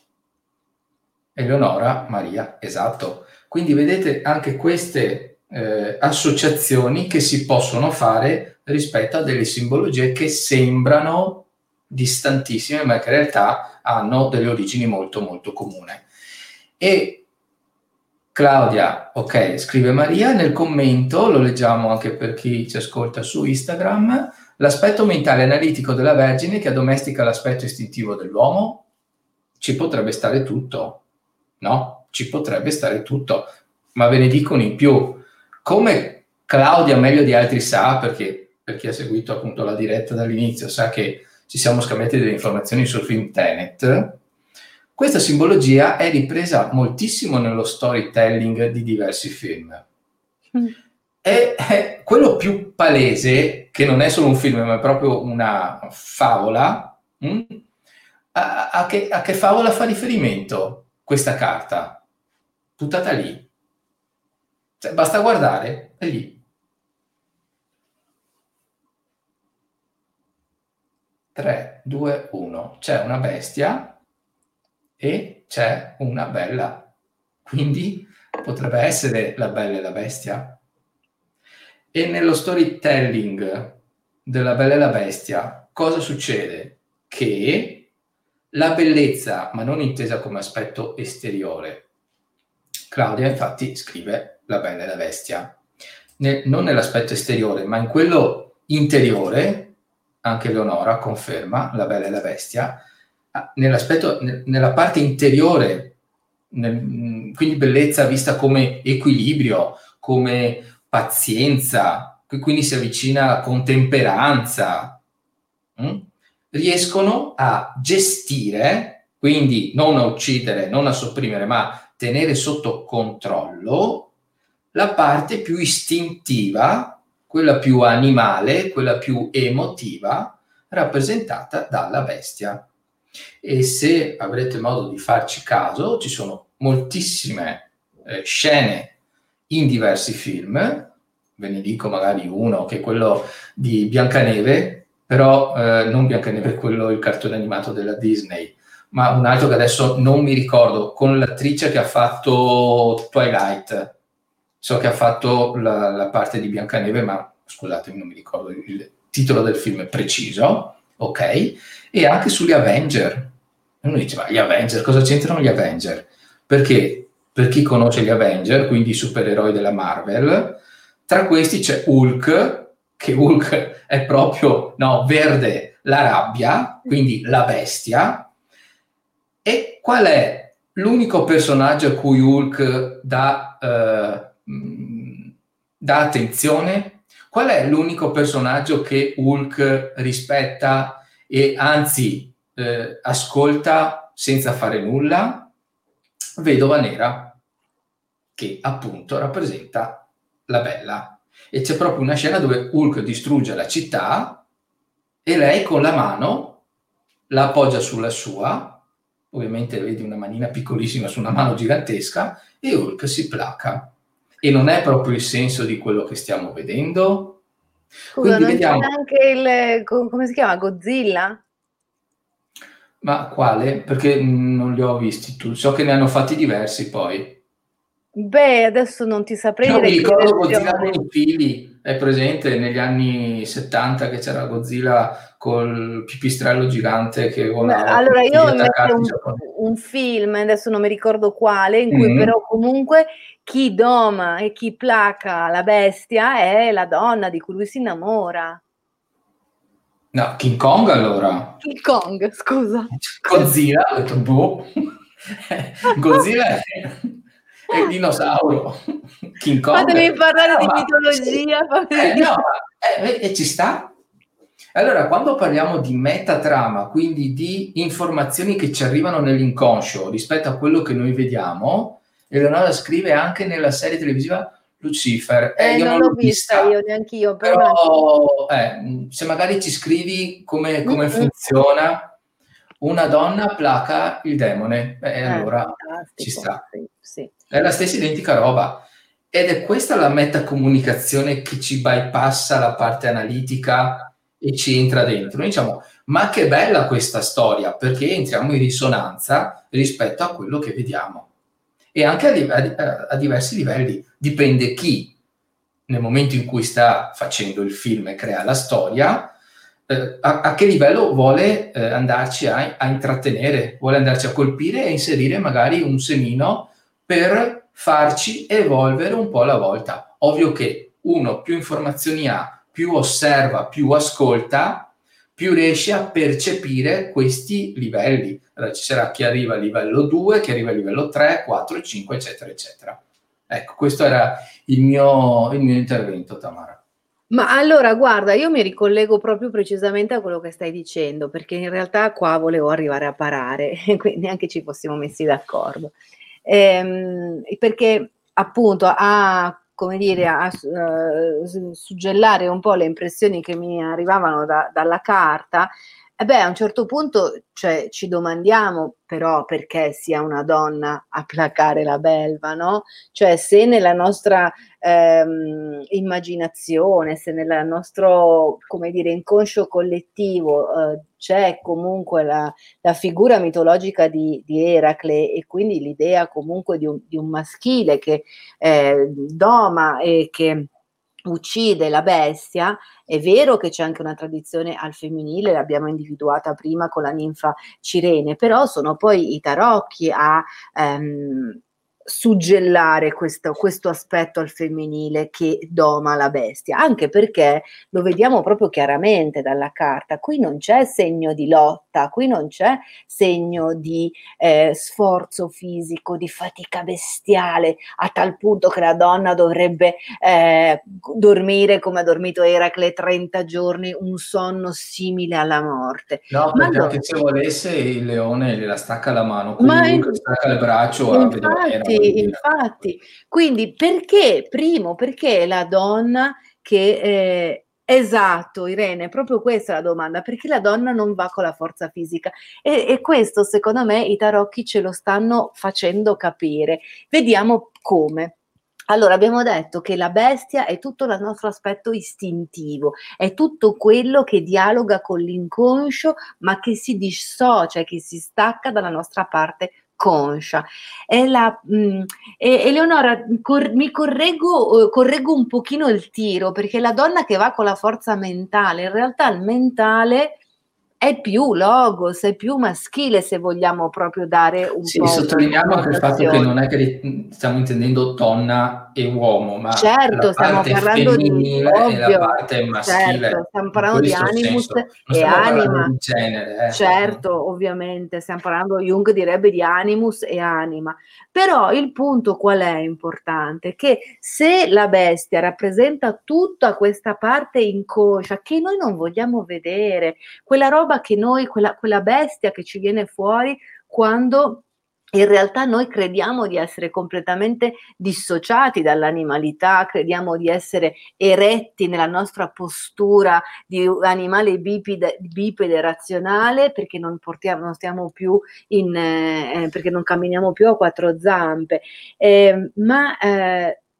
Eleonora Maria, esatto. Quindi vedete anche queste eh, associazioni che si possono fare rispetto a delle simbologie che sembrano distantissime, ma che in realtà hanno delle origini molto molto comuni. E Claudia, ok, scrive Maria, nel commento, lo leggiamo anche per chi ci ascolta su Instagram, l'aspetto mentale analitico della Vergine che addomestica l'aspetto istintivo dell'uomo, ci potrebbe stare tutto, no? Ci potrebbe stare tutto, ma ve ne dicono in più. Come Claudia meglio di altri sa, perché per chi ha seguito appunto la diretta dall'inizio sa che ci siamo scambiati delle informazioni sul film Tenet, questa simbologia è ripresa moltissimo nello storytelling di diversi film. Mm. E è quello più palese, che non è solo un film, ma è proprio una favola, mh? A, a, che, a che favola fa riferimento questa carta? Buttata lì. Cioè, basta guardare, è lì. tre, due, uno. C'è una bestia e c'è una bella. Quindi potrebbe essere la bella e la bestia. E nello storytelling della Bella e la Bestia cosa succede? Che la bellezza, ma non intesa come aspetto esteriore, Claudia infatti scrive la Bella e la Bestia, ne, non nell'aspetto esteriore, ma in quello interiore, anche Leonora conferma la Bella e la Bestia, nell'aspetto, nella parte interiore, nel, quindi bellezza vista come equilibrio, come pazienza, quindi si avvicina con temperanza, hm? Riescono a gestire, quindi non a uccidere, non a sopprimere, ma tenere sotto controllo la parte più istintiva, quella più animale, quella più emotiva, rappresentata dalla bestia. E se avrete modo di farci caso, ci sono moltissime eh, scene in diversi film, ve ne dico magari uno che è quello di Biancaneve, però eh, non Biancaneve, quello il cartone animato della Disney, ma un altro che adesso non mi ricordo, con l'attrice che ha fatto Twilight, so che ha fatto la, la parte di Biancaneve, ma scusatemi, non mi ricordo il titolo del film preciso, ok? E anche sugli Avenger. E uno dice, ma gli Avenger, cosa c'entrano gli Avenger? Perché per chi conosce gli Avenger, quindi i supereroi della Marvel, tra questi c'è Hulk, che Hulk è proprio, no, verde, la rabbia, quindi la bestia. E qual è l'unico personaggio a cui Hulk dà, eh, dà attenzione? Qual è l'unico personaggio che Hulk rispetta e anzi eh, ascolta senza fare nulla? Vedova Nera, che appunto rappresenta la bella. E c'è proprio una scena dove Hulk distrugge la città e lei con la mano la appoggia sulla sua, ovviamente vedi una manina piccolissima su una mano gigantesca, e Hulk si placa. E non è proprio il senso di quello che stiamo vedendo? Scusa, quindi non vediamo... c'è anche il, come si chiama, Godzilla? Ma quale? Perché non li ho visti tu. So che ne hanno fatti diversi poi. Beh, adesso non ti saprei No, dire mi che ricordo Godzilla versione. con i fili. È presente negli anni settanta che c'era Godzilla col pipistrello gigante che volava con Allora, i fili io invece attaccati un, sopra. un film, adesso non mi ricordo quale, in cui Mm. però comunque chi doma e chi placa la bestia è la donna di cui lui si innamora. No, King Kong allora. King Kong, scusa. Godzilla, ho detto boh. Godzilla è, è il dinosauro. King Kong. Fatemi parlare No, di ma, sì. mitologia. Eh, no, ma, eh, e ci sta. Allora, quando parliamo di metatrama, quindi di informazioni che ci arrivano nell'inconscio rispetto a quello che noi vediamo, Eleonora scrive anche nella serie televisiva Lucifer. Eh, Eh, io non non l'ho l'ho vista vista, io, neanche io, però me la... però eh, se magari ci scrivi come, come Mm-mm. funziona, una donna placa il demone, e Eh, allora ci fantastico, sta. sì, sì. È la stessa identica roba. Ed è questa la metacomunicazione che ci bypassa la parte analitica e ci entra dentro. Noi diciamo, ma che bella questa storia, perché entriamo in risonanza rispetto a quello che vediamo. E anche a, a, a diversi livelli. Dipende chi, nel momento in cui sta facendo il film e crea la storia, eh, a, a che livello vuole eh, andarci a, a intrattenere, vuole andarci a colpire e inserire magari un semino per farci evolvere un po' alla volta. Ovvio che uno più informazioni ha, più osserva, più ascolta, più riesce a percepire questi livelli. Allora ci sarà chi arriva a livello due, chi arriva a livello tre, quattro, cinque, eccetera, eccetera. Ecco, questo era il mio, il mio intervento, Tamara. Ma allora, guarda, io mi ricollego proprio precisamente a quello che stai dicendo, perché in realtà qua volevo arrivare a parare, quindi neanche ci fossimo messi d'accordo. Ehm, perché appunto a, come dire, a uh, suggellare un po' le impressioni che mi arrivavano da, dalla carta, e beh, a un certo punto, cioè, ci domandiamo però perché sia una donna a placare la belva, no? Cioè, se nella nostra ehm, immaginazione, se nel nostro, come dire, inconscio collettivo eh, c'è comunque la, la figura mitologica di, di Eracle e quindi l'idea comunque di un, di un maschile che eh, doma e che uccide la bestia, è vero che c'è anche una tradizione al femminile, l'abbiamo individuata prima con la ninfa Cirene, però sono poi i tarocchi a ehm, suggellare questo, questo aspetto al femminile che doma la bestia, anche perché lo vediamo proprio chiaramente dalla carta, qui non c'è segno di lotta, qui non c'è segno di eh, sforzo fisico, di fatica bestiale, a tal punto che la donna dovrebbe eh, dormire come ha dormito Eracle trenta giorni, un sonno simile alla morte. No, Ma perché allora, anche se volesse il leone gliela stacca la mano, ma Hulk stacca il braccio a vedova nera, voglio infatti, dire. infatti, quindi perché, primo, perché la donna che, eh, esatto, Irene, proprio questa è la domanda, perché la donna non va con la forza fisica? E, e questo, secondo me, i tarocchi ce lo stanno facendo capire. Vediamo come. Allora, abbiamo detto che la bestia è tutto il nostro aspetto istintivo, è tutto quello che dialoga con l'inconscio, ma che si dissocia, che si stacca dalla nostra parte conscia. È la, mh, e, Eleonora, cor- mi correggo, eh, correggo un pochino il tiro, perché la donna che va con la forza mentale, in realtà il mentale è più logos, è più maschile, se vogliamo proprio dare un Sì, po' una sottolineiamo anche il fatto che connotazione. non è che stiamo intendendo donna e uomo, ma la Certo, stiamo parte parlando di, femminile e la ovvio, parte maschile, certo, stiamo in parlando di questo animus senso. Non e stiamo parlando anima, di genere, eh. certo, ovviamente, stiamo parlando, Jung direbbe di animus e anima, però il punto qual è importante? Che se la bestia rappresenta tutta questa parte inconscia che noi non vogliamo vedere, quella roba che noi, quella, quella bestia che ci viene fuori quando in realtà noi crediamo di essere completamente dissociati dall'animalità, crediamo di essere eretti nella nostra postura di animale bipede, bipede razionale perché non portiamo, non stiamo più in, eh, perché non camminiamo più a quattro zampe, eh, ma eh,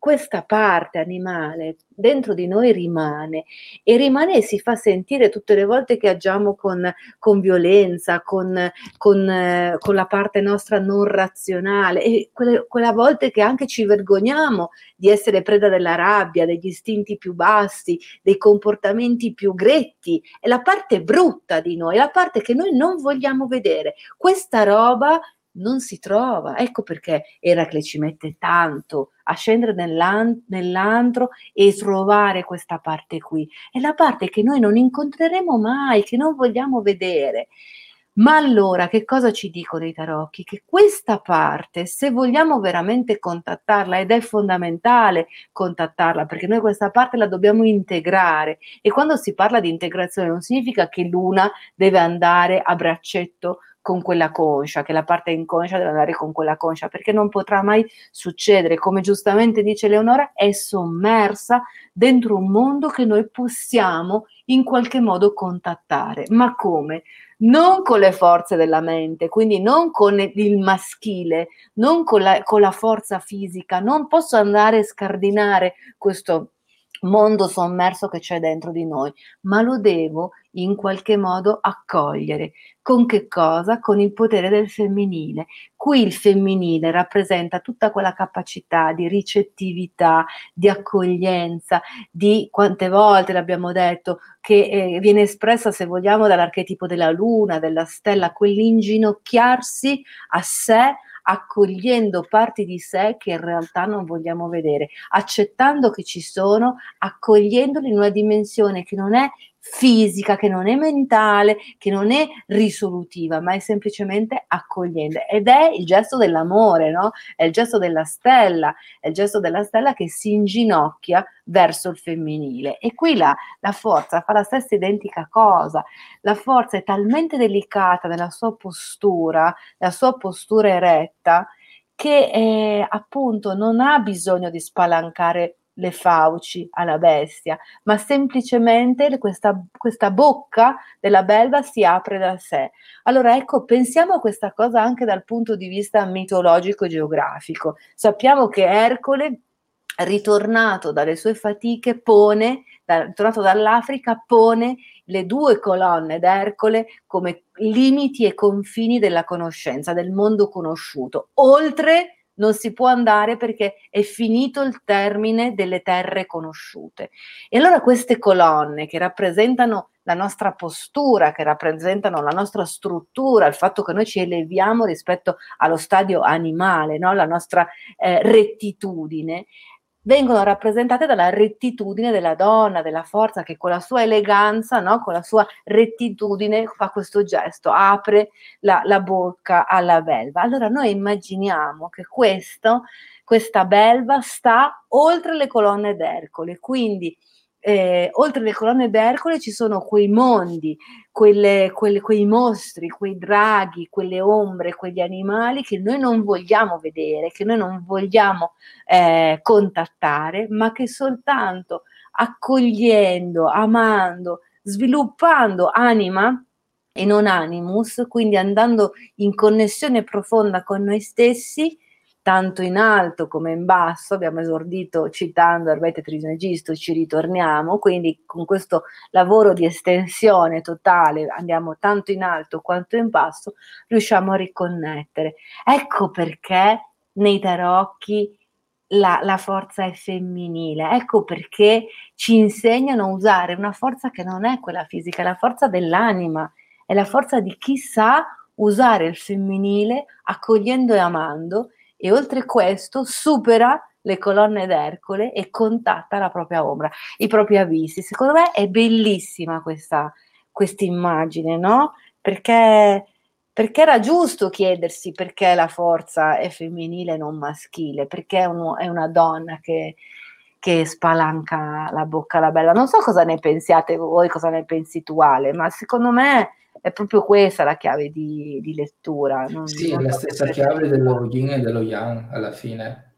questa parte animale dentro di noi rimane e rimane e si fa sentire tutte le volte che agiamo con, con violenza, con, con, eh, con la parte nostra non razionale, e quelle, quelle volte che anche ci vergogniamo di essere preda della rabbia, degli istinti più bassi, dei comportamenti più gretti, è la parte brutta di noi, la parte che noi non vogliamo vedere. Questa roba non si trova, ecco perché Eracle ci mette tanto a scendere nell'an- nell'antro e trovare questa parte qui, è la parte che noi non incontreremo mai, che non vogliamo vedere. Ma allora che cosa ci dicono i tarocchi? Che questa parte, se vogliamo veramente contattarla, ed è fondamentale contattarla, perché noi questa parte la dobbiamo integrare, e quando si parla di integrazione non significa che l'una deve andare a braccetto con quella conscia, che la parte inconscia deve andare con quella conscia, perché non potrà mai succedere. Come giustamente dice Leonora, è sommersa dentro un mondo che noi possiamo in qualche modo contattare. Ma come? Non con le forze della mente, quindi non con il maschile, non con la, con la forza fisica, non posso andare a scardinare questo mondo sommerso che c'è dentro di noi, ma lo devo in qualche modo accogliere. Con che cosa? Con il potere del femminile. Qui il femminile rappresenta tutta quella capacità di ricettività, di accoglienza, di, quante volte l'abbiamo detto, che eh, viene espressa, se vogliamo, dall'archetipo della luna, della stella, quell'inginocchiarsi a sé, accogliendo parti di sé che in realtà non vogliamo vedere, accettando che ci sono, accogliendoli in una dimensione che non è fisica, che non è mentale, che non è risolutiva, ma è semplicemente accogliente. Ed è il gesto dell'amore, no? È il gesto della stella, è il gesto della stella che si inginocchia verso il femminile. E qui la, la forza fa la stessa identica cosa. La forza è talmente delicata nella sua postura, la sua postura eretta, che eh, appunto non ha bisogno di spalancare le fauci alla bestia, ma semplicemente questa, questa bocca della belva si apre da sé. Allora ecco, pensiamo a questa cosa anche dal punto di vista mitologico e geografico. Sappiamo che Ercole, ritornato dalle sue fatiche, pone, da, tornato dall'Africa, pone le due colonne d'Ercole come limiti e confini della conoscenza, del mondo conosciuto. Oltre non si può andare perché è finito il termine delle terre conosciute. E allora queste colonne che rappresentano la nostra postura, che rappresentano la nostra struttura, il fatto che noi ci eleviamo rispetto allo stadio animale, no? La nostra eh, rettitudine, vengono rappresentate dalla rettitudine della donna, della forza che con la sua eleganza, no? Con la sua rettitudine fa questo gesto, apre la, la bocca alla belva. Allora noi immaginiamo che questo, questa belva sta oltre le colonne d'Ercole, quindi eh, oltre le colonne d'Ercole ci sono quei mondi, quelle, quelle, quei mostri, quei draghi, quelle ombre, quegli animali che noi non vogliamo vedere, che noi non vogliamo eh, contattare, ma che soltanto accogliendo, amando, sviluppando anima e non animus, quindi andando in connessione profonda con noi stessi, tanto in alto come in basso, abbiamo esordito citando Erbete Trismegisto, ci ritorniamo, quindi con questo lavoro di estensione totale andiamo tanto in alto quanto in basso, riusciamo a riconnettere. Ecco perché nei tarocchi la, la forza è femminile, ecco perché ci insegnano a usare una forza che non è quella fisica, è la forza dell'anima, è la forza di chi sa usare il femminile accogliendo e amando, e oltre questo supera le colonne d'Ercole e contatta la propria ombra, i propri avvisi. Secondo me è bellissima questa immagine, no? Perché, perché era giusto chiedersi perché la forza è femminile e non maschile, perché è, uno, è una donna che, che spalanca la bocca alla bella. Non so cosa ne pensiate voi, cosa ne pensi tu, Ale, ma secondo me è proprio questa la chiave di, di lettura. Non, sì, non è la so stessa chiave dello yin e dello yang alla fine,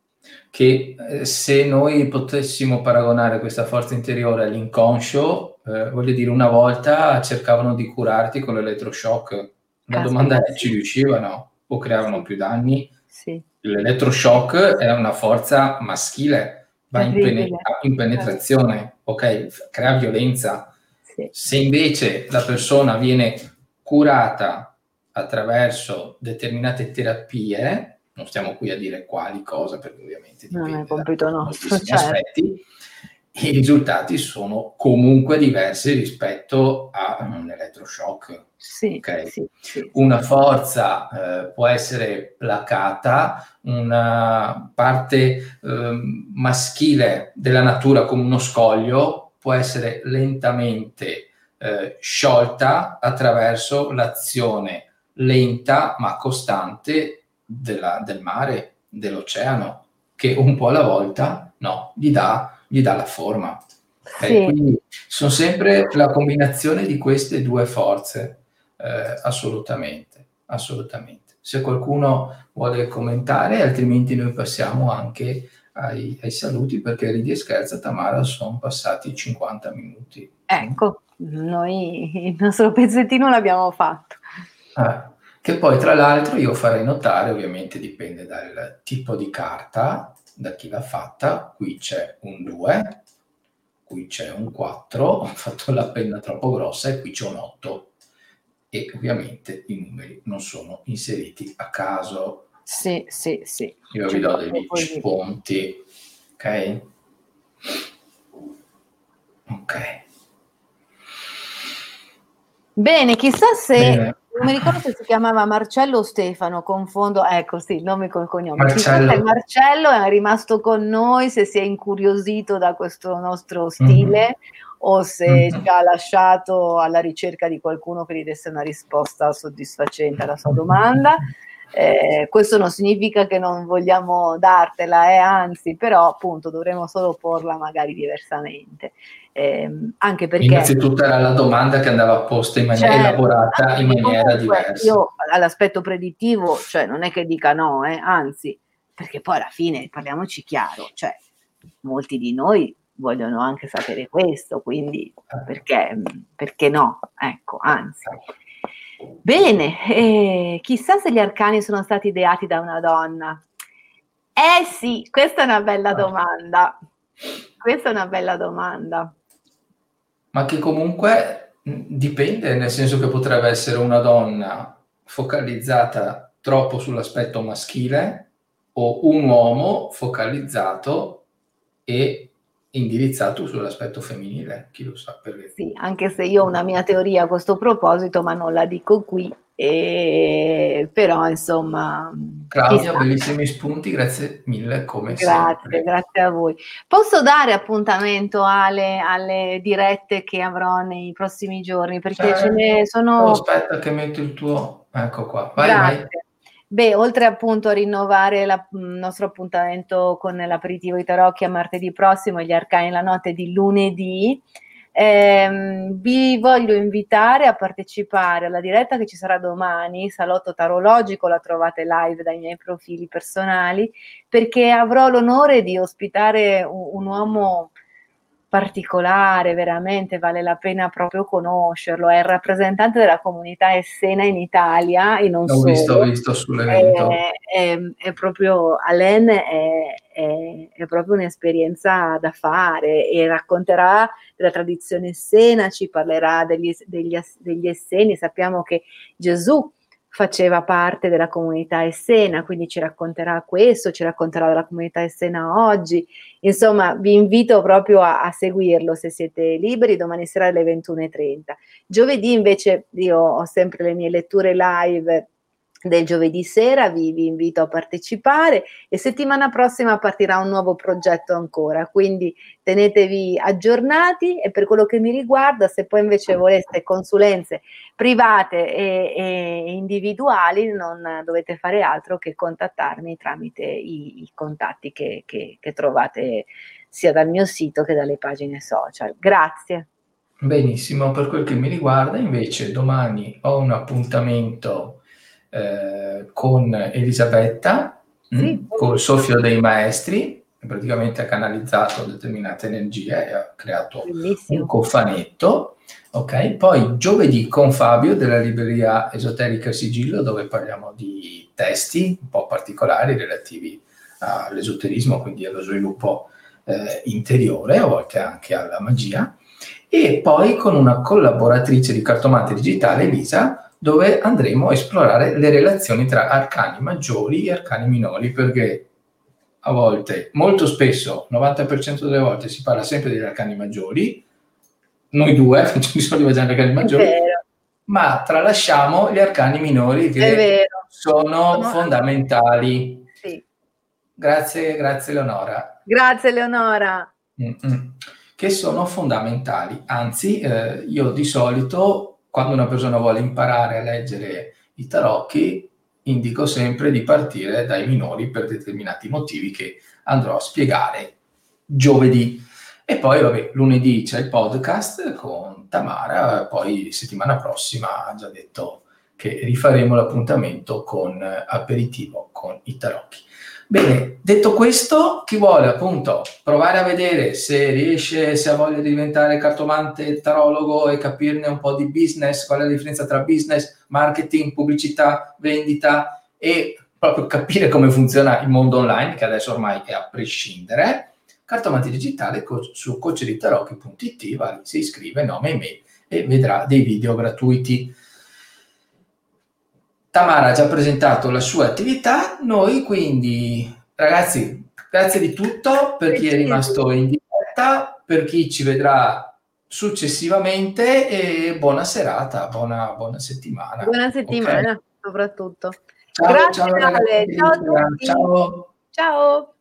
che eh, se noi potessimo paragonare questa forza interiore all'inconscio, eh, voglio dire, una volta cercavano di curarti con l'elettroshock. La Caspita, domanda è, sì. ci riuscivano o creavano Sì. più danni? Sì. l'elettroshock è una forza maschile, va in, penetra- in penetrazione, ok? Crea violenza. Sì. Se invece la persona viene curata attraverso determinate terapie, non stiamo qui a dire quali cosa, perché ovviamente dipende non è compito da nostro, moltissimi certo. aspetti, i risultati sono comunque diversi rispetto a un elettroshock. Sì, Okay? sì, sì, Una forza eh, può essere placata, una parte eh, maschile della natura come uno scoglio può essere lentamente eh, sciolta attraverso l'azione lenta ma costante della, del mare, dell'oceano, che un po' alla volta no, gli dà, gli dà la forma. Okay? Sì. Quindi sono sempre la combinazione di queste due forze. Eh, assolutamente, assolutamente. Se qualcuno vuole commentare, altrimenti noi passiamo anche ai, ai saluti, perché ridi e scherza, Tamara, sono passati cinquanta minuti. Ecco, noi il nostro pezzettino l'abbiamo fatto. Ah, che poi tra l'altro io farei notare, ovviamente dipende dal tipo di carta, da chi l'ha fatta, qui c'è un due, qui c'è un quattro, ho fatto la penna troppo grossa e qui c'è un otto. E ovviamente i numeri non sono inseriti a caso. Sì, sì, sì. Io vi do degli spunti, ok? Ok. Bene, chissà se... Bene. Non mi ricordo se si chiamava Marcello o Stefano, confondo, ecco sì, il nome col cognome. Marcello. Chissà se Marcello è rimasto con noi, se si è incuriosito da questo nostro stile, mm-hmm. o se mm-hmm. ci ha lasciato alla ricerca di qualcuno che gli desse una risposta soddisfacente alla sua domanda. Eh, questo non significa che non vogliamo dartela, eh, anzi, però appunto dovremo solo porla magari diversamente. Eh, anche perché innanzitutto era la domanda che andava posta in maniera certo, elaborata in maniera diversa. Io all'aspetto predittivo, cioè non è che dica no, eh, anzi, perché poi alla fine parliamoci chiaro, cioè molti di noi vogliono anche sapere questo, quindi perché, perché no? Ecco, anzi. Bene, eh, chissà se gli arcani sono stati ideati da una donna. Eh sì, questa è una bella domanda. Questa è una bella domanda. Ma che comunque dipende, nel senso che potrebbe essere una donna focalizzata troppo sull'aspetto maschile o un uomo focalizzato e indirizzato sull'aspetto femminile, chi lo sa perché. Sì, anche se io ho una mia teoria a questo proposito, ma non la dico qui, e... però insomma... Claudia, bellissimi spunti, grazie mille come grazie, sempre. Grazie a voi. Posso dare appuntamento alle, alle dirette che avrò nei prossimi giorni? Perché certo. ce ne sono... Oh, aspetta che metto il tuo... Ecco qua, vai, grazie. vai. Beh, oltre appunto a rinnovare la, il nostro appuntamento con l'aperitivo di Tarocchi a martedì prossimo e gli arcani la notte di lunedì, ehm, vi voglio invitare a partecipare alla diretta che ci sarà domani, Salotto Tarologico, la trovate live dai miei profili personali, perché avrò l'onore di ospitare un, un uomo particolare, veramente vale la pena proprio conoscerlo, è il rappresentante della comunità essena in Italia e non ho solo. Visto, ho visto sull'evento. È, è, è proprio, Alain è, è, è proprio un'esperienza da fare e racconterà della tradizione essena, ci parlerà degli, degli, degli esseni, sappiamo che Gesù faceva parte della comunità essena, quindi ci racconterà questo, ci racconterà della comunità essena oggi. Insomma, vi invito proprio a, a seguirlo se siete liberi, domani sera alle ventuno e trenta. Giovedì invece io ho sempre le mie letture live del giovedì sera, vi, vi invito a partecipare e settimana prossima partirà un nuovo progetto ancora, quindi tenetevi aggiornati e per quello che mi riguarda, se poi invece voleste consulenze private e, e individuali non dovete fare altro che contattarmi tramite i, i contatti che, che, che trovate sia dal mio sito che dalle pagine social. Grazie. Benissimo, per quel che mi riguarda invece domani ho un appuntamento eh, con Elisabetta, sì, mh, col Soffio dei Maestri, praticamente ha canalizzato determinate energie e ha creato Bellissimo. un cofanetto. Ok, poi giovedì con Fabio della libreria Esoterica Sigillo, dove parliamo di testi un po' particolari relativi all'esoterismo, quindi allo sviluppo eh, interiore, a volte anche alla magia. E poi con una collaboratrice di Cartomante Digitale, Elisa, dove andremo a esplorare le relazioni tra arcani maggiori e arcani minori, perché a volte, molto spesso, novanta per cento delle volte si parla sempre degli arcani maggiori, noi due ci sono gli arcani maggiori, ma tralasciamo gli arcani minori che sono, sono fondamentali. Sì. Grazie, grazie Leonora. Grazie Leonora. Mm-mm. Che sono fondamentali, anzi eh, io di solito quando una persona vuole imparare a leggere i tarocchi indico sempre di partire dai minori per determinati motivi che andrò a spiegare giovedì. E poi vabbè, lunedì c'è il podcast con Tamara, poi settimana prossima ha già detto che rifaremo l'appuntamento con aperitivo con i tarocchi. Bene, detto questo, chi vuole appunto provare a vedere se riesce, se ha voglia di diventare cartomante, tarologo e capirne un po' di business, qual è la differenza tra business, marketing, pubblicità, vendita e proprio capire come funziona il mondo online, che adesso ormai è a prescindere, Cartomante Digitale su coach di tarocchi punto it, va, si iscrive, nome e email e vedrà dei video gratuiti. Tamara ha già presentato la sua attività, noi quindi ragazzi grazie di tutto per chi è rimasto in diretta, per chi ci vedrà successivamente e buona serata, buona, buona settimana. Buona settimana, okay. Soprattutto. Ciao, grazie ciao, Ale, ciao a tutti. Ciao. Ciao.